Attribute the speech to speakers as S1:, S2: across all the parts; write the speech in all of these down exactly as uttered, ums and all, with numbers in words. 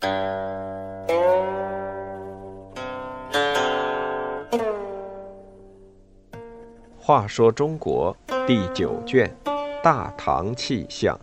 S1: 话说中国第九卷《大唐气象》。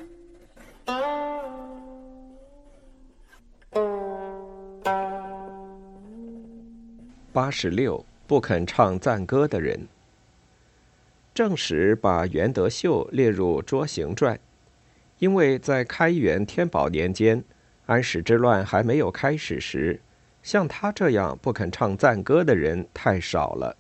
S1: 八十六，不肯唱赞歌的人。正史把袁德秀列入捉形传，因为在开元天宝年间，安史之乱还没有开始时，像他这样不肯唱赞歌的人太少了。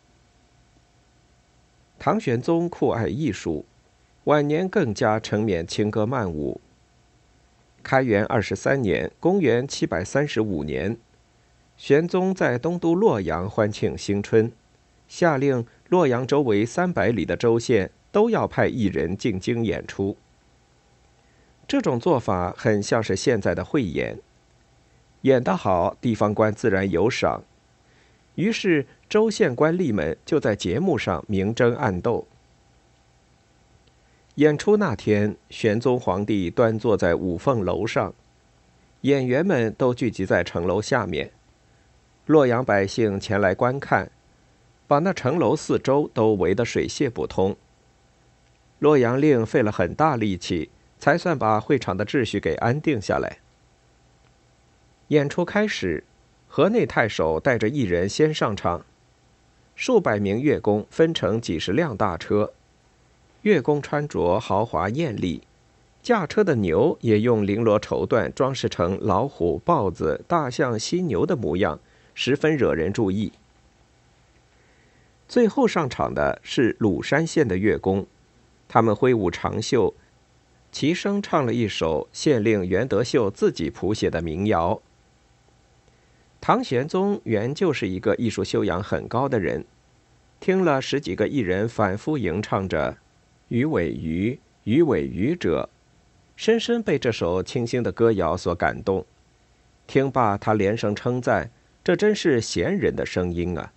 S1: 唐玄宗酷爱艺术，晚年更加沉湎轻歌曼舞。开元二十三年，公元七百三十五年，玄宗在东都洛阳欢庆新春，下令洛阳周围三百里的州县都要派艺人进京演出。这种做法很像是现在的汇演，演得好，地方官自然有赏。于是州县官吏们就在节目上明争暗斗。演出那天，玄宗皇帝端坐在五凤楼上，演员们都聚集在城楼下面。洛阳百姓前来观看，把那城楼四周都围得水泄不通。洛阳令费了很大力气，才算把会场的秩序给安定下来。演出开始，河内太守带着艺人先上场，数百名乐工分成几十辆大车，乐工穿着豪华艳丽，驾车的牛也用绫罗绸缎装饰成老虎、豹子、大象、犀牛的模样，十分惹人注意。最后上场的是鲁山县的乐工，他们挥舞长袖，齐声唱了一首县令袁德秀自己谱写的民谣。唐玄宗原就是一个艺术修养很高的人，听了十几个艺人反复吟唱着鱼尾鱼，鱼尾鱼者，深深被这首清新的歌谣所感动。听罢，他连声称赞，这真是贤人的声音啊！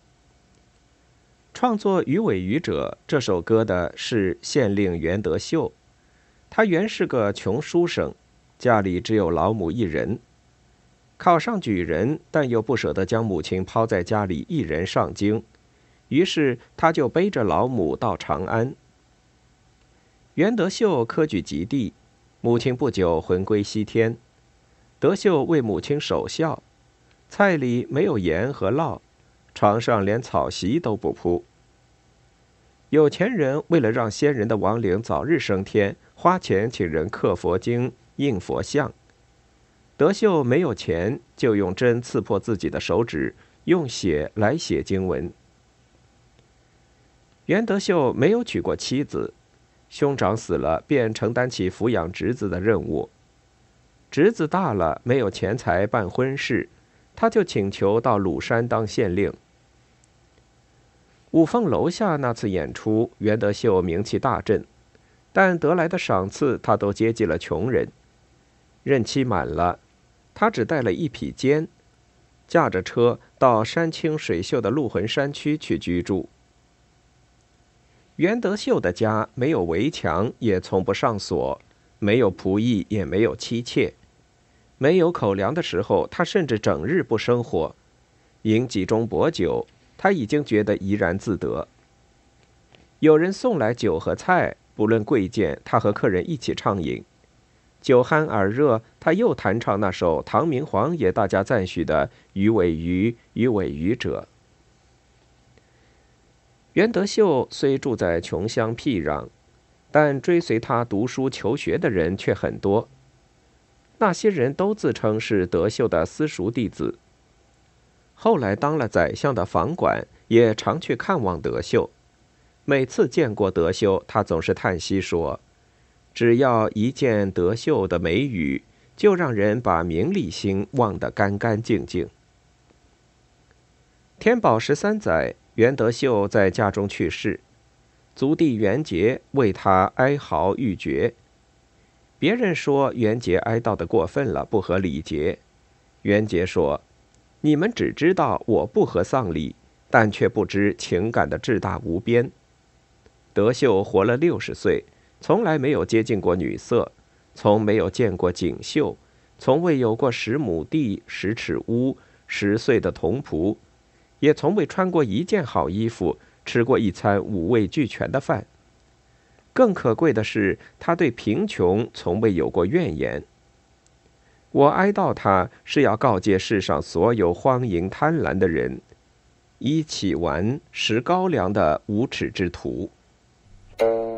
S1: 创作《鱼尾鱼者》这首歌的是县令袁德秀，他原是个穷书生，家里只有老母一人，考上举人，但又不舍得将母亲抛在家里一人上京，于是他就背着老母到长安。袁德秀科举及第，母亲不久魂归西天，德秀为母亲守孝，菜里没有盐和烙，床上连草席都不铺。有钱人为了让先人的亡灵早日升天，花钱请人刻佛经、印佛像。德秀没有钱，就用针刺破自己的手指，用血来写经文。袁德秀没有娶过妻子，兄长死了，便承担起抚养侄子的任务。侄子大了，没有钱财办婚事，他就请求到鲁山当县令。五凤楼下那次演出，袁德秀名气大振，但得来的赏赐他都接济了穷人。任期满了，他只带了一匹笺，驾着车到山清水秀的鹿魂山区去居住。袁德秀的家没有围墙，也从不上锁，没有仆役，也没有妻妾。没有口粮的时候，他甚至整日不生火，饮几盅薄酒，他已经觉得怡然自得。有人送来酒和菜，不论贵贱，他和客人一起畅饮。酒酣耳热，他又弹唱那首唐明皇也大家赞许的《鱼尾鱼，鱼尾鱼者》。袁德秀虽住在穷乡僻壤，但追随他读书求学的人却很多。那些人都自称是德秀的私塾弟子。后来当了宰相的房管也常去看望德秀，每次见过德秀，他总是叹息说，只要一见德秀的美语，就让人把名利心忘得干干净净。天宝十三载，袁德秀在家中去世，族弟袁杰为他哀嚎欲绝。别人说袁杰哀悼得过分了，不合礼节。袁杰说，你们只知道我不合丧礼，但却不知情感的至大无边。德秀活了六十岁，从来没有接近过女色，从没有见过锦绣， 从未有过十亩地、十尺屋、十岁的童仆，也从未穿过一件好衣服，吃过一餐五味俱全的饭。更可贵的是，他对贫穷从未有过怨言。我哀悼他，是要告诫世上所有荒淫贪婪的人，以乞丸食高粱的无耻之徒。